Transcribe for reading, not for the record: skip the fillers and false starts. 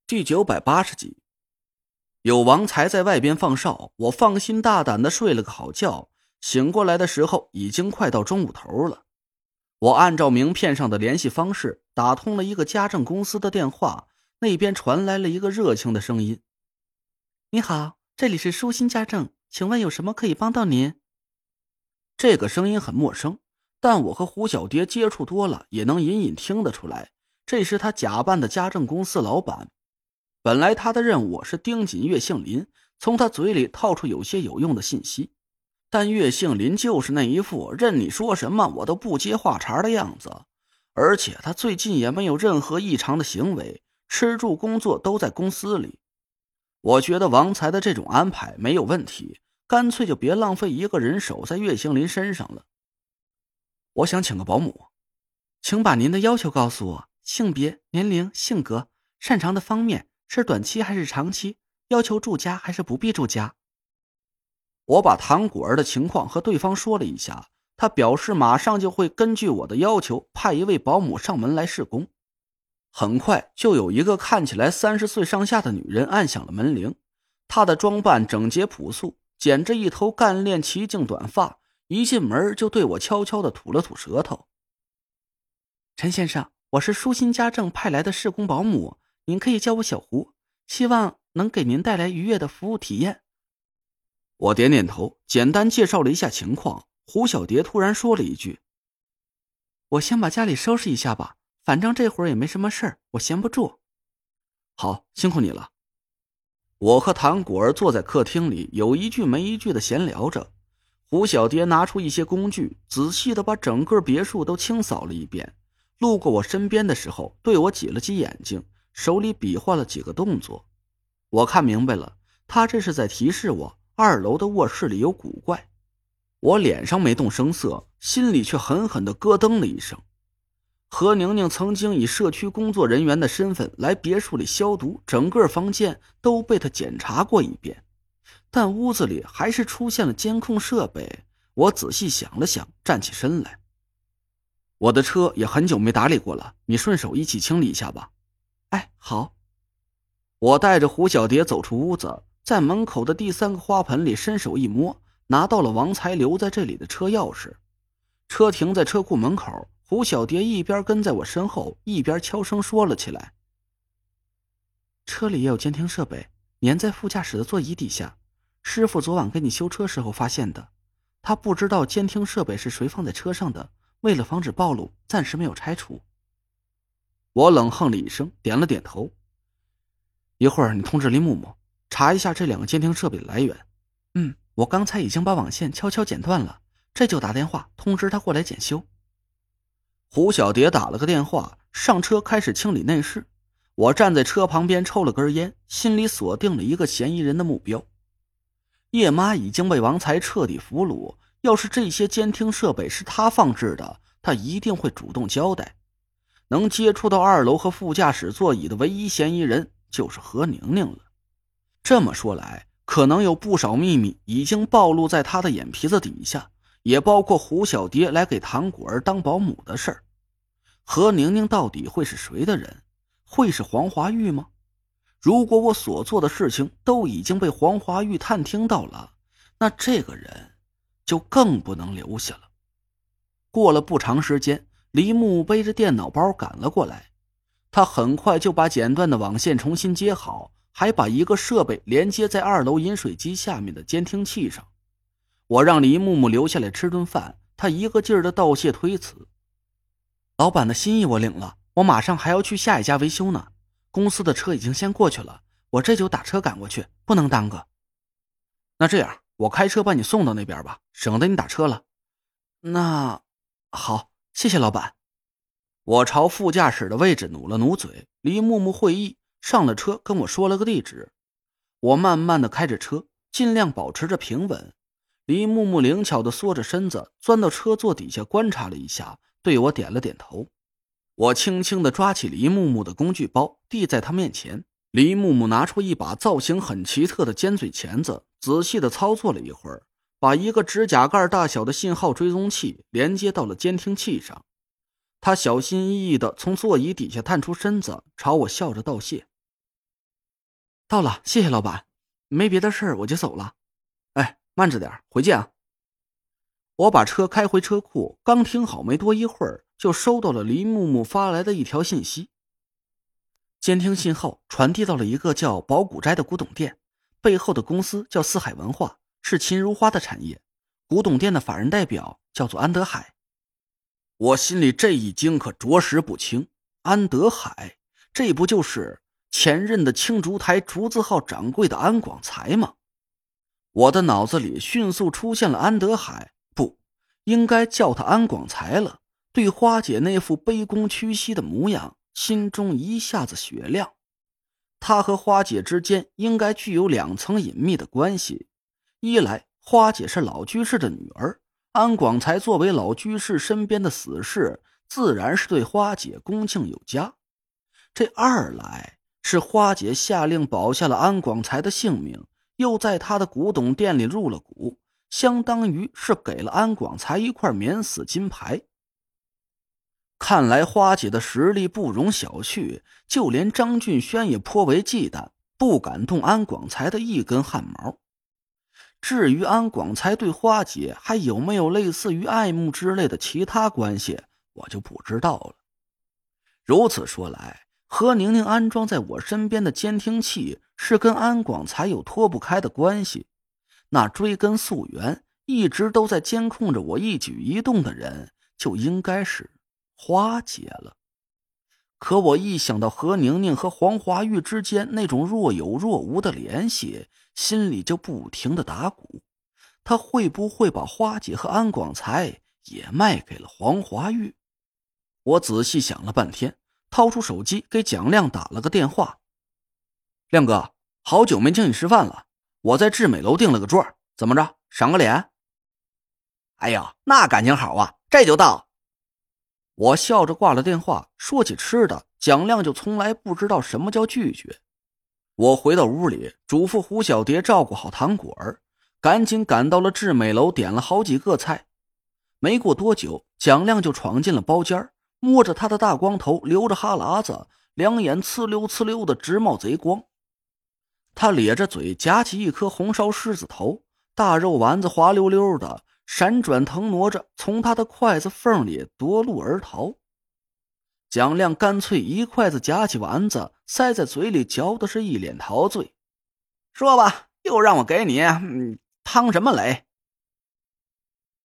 第980集，有王才在外边放哨，我放心大胆的睡了个好觉。醒过来的时候，已经快到中午头了。我按照名片上的联系方式打通了一个家政公司的电话，那边传来了一个热情的声音：“你好，这里是舒心家政，请问有什么可以帮到您？”这个声音很陌生，但我和胡小蝶接触多了，也能隐隐听得出来，这是他假扮的家政公司老板。本来他的任务是盯紧岳杏林，从他嘴里套出有些有用的信息，但岳杏林就是那一副任你说什么我都不接话茬的样子，而且他最近也没有任何异常的行为，吃住工作都在公司里。我觉得王才的这种安排没有问题，干脆就别浪费一个人手在岳杏林身上了。我想请个保姆，请把您的要求告诉我，性别、年龄、性格、擅长的方面，是短期还是长期？要求住家还是不必住家？我把唐果儿的情况和对方说了一下，他表示马上就会根据我的要求派一位保姆上门来试工。很快就有一个看起来30岁上下的女人按响了门铃，她的装扮整洁朴素，剪着一头干练齐颈短发，一进门就对我悄悄地吐了吐舌头。陈先生，我是舒心家政派来的试工保姆，您可以叫我小胡，希望能给您带来愉悦的服务体验。我点点头，简单介绍了一下情况。胡小蝶突然说了一句：“我先把家里收拾一下吧，反正这会儿也没什么事儿，我闲不住。”好，辛苦你了。我和唐果儿坐在客厅里，有一句没一句的闲聊着。胡小蝶拿出一些工具，仔细的把整个别墅都清扫了一遍。路过我身边的时候，对我挤了挤眼睛，手里比划了几个动作。我看明白了，他这是在提示我2楼的卧室里有古怪。我脸上没动声色，心里却狠狠地咯噔了一声。何宁宁曾经以社区工作人员的身份来别墅里消毒，整个房间都被他检查过一遍，但屋子里还是出现了监控设备。我仔细想了想，站起身来。我的车也很久没打理过了，你顺手一起清理一下吧。哎，好。我带着胡小蝶走出屋子，在门口的第3个花盆里伸手一摸，拿到了王才留在这里的车钥匙。车停在车库门口，胡小蝶一边跟在我身后，一边悄声说了起来：“车里也有监听设备，粘在副驾驶的座椅底下，师傅昨晚给你修车时候发现的。他不知道监听设备是谁放在车上的，为了防止暴露，暂时没有拆除。”我冷哼了一声，点了点头。一会儿你通知林木木，查一下这2个监听设备的来源。我刚才已经把网线悄悄剪断了，这就打电话通知他过来检修。胡小蝶打了个电话，上车开始清理内饰。我站在车旁边抽了根烟，心里锁定了一个嫌疑人的目标。叶妈已经被王才彻底俘虏，要是这些监听设备是他放置的，他一定会主动交代。能接触到2楼和副驾驶座椅的唯一嫌疑人就是何宁宁了。这么说来，可能有不少秘密已经暴露在他的眼皮子底下，也包括胡小蝶来给唐果儿当保姆的事儿。何宁宁到底会是谁的人？会是黄华玉吗？如果我所做的事情都已经被黄华玉探听到了，那这个人就更不能留下了。过了不长时间，黎木背着电脑包赶了过来，他很快就把剪断的网线重新接好，还把一个设备连接在2楼饮水机下面的监听器上。我让黎木木留下来吃顿饭，他一个劲儿的道谢推辞。老板的心意我领了，我马上还要去下一家维修呢。公司的车已经先过去了，我这就打车赶过去，不能耽搁。那这样，我开车把你送到那边吧，省得你打车了。那好，谢谢老板。我朝副驾驶的位置努了努嘴，黎木木会意，上了车跟我说了个地址。我慢慢的开着车，尽量保持着平稳。黎木木灵巧的缩着身子，钻到车座底下观察了一下，对我点了点头。我轻轻地抓起黎木木的工具包，递在他面前。黎木木拿出一把造型很奇特的尖嘴钳子，仔细地操作了一会儿，把一个指甲盖大小的信号追踪器连接到了监听器上。他小心翼翼地从座椅底下探出身子，朝我笑着道谢。 到了，谢谢老板，没别的事儿我就走了。哎，慢着点，回见啊。我把车开回车库，刚停好没多一会儿，就收到了黎木木发来的一条信息。监听信号传递到了一个叫宝古斋的古董店，背后的公司叫四海文化，是秦如花的产业。古董店的法人代表叫做安德海。我心里这一惊可着实不轻，安德海，这不就是前任的青竹台竹字号掌柜的安广才吗？我的脑子里迅速出现了安德海，不应该叫他安广才了。对花姐那副卑躬屈膝的模样，心中一下子雪亮。他和花姐之间应该具有2层隐秘的关系。一来，花姐是老居士的女儿，安广才作为老居士身边的死士，自然是对花姐恭敬有加。这二来是花姐下令保下了安广才的性命，又在他的古董店里入了股，相当于是给了安广才一块免死金牌。看来花姐的实力不容小觑，就连张俊轩也颇为忌惮，不敢动安广才的一根汗毛。至于安广才对花姐还有没有类似于爱慕之类的其他关系，我就不知道了。如此说来，何宁宁安装在我身边的监听器是跟安广才有脱不开的关系，那追根溯源一直都在监控着我一举一动的人，就应该是花姐了。可我一想到何宁宁和黄华玉之间那种若有若无的联系，心里就不停地打鼓。他会不会把花姐和安广才也卖给了黄华玉？我仔细想了半天，掏出手机给蒋亮打了个电话。亮哥，好久没请你吃饭了，我在致美楼订了个桌，怎么着，赏个脸？ 哎呦，那感情好啊，这就到。 我笑着挂了电话。说起吃的，蒋亮就从来不知道什么叫拒绝。我回到屋里，嘱咐胡小蝶照顾好糖果儿，赶紧赶到了致美楼，点了好几个菜。没过多久，蒋亮就闯进了包间，摸着他的大光头，流着哈喇子，两眼呲溜呲溜的直冒贼光。他咧着嘴，夹起一颗红烧狮子头，大肉丸子滑溜溜的，闪转腾挪着从他的筷子缝里夺路而逃。蒋亮干脆一筷子夹起丸子，塞在嘴里嚼的是一脸陶醉。 说吧，又让我给你趟什么雷？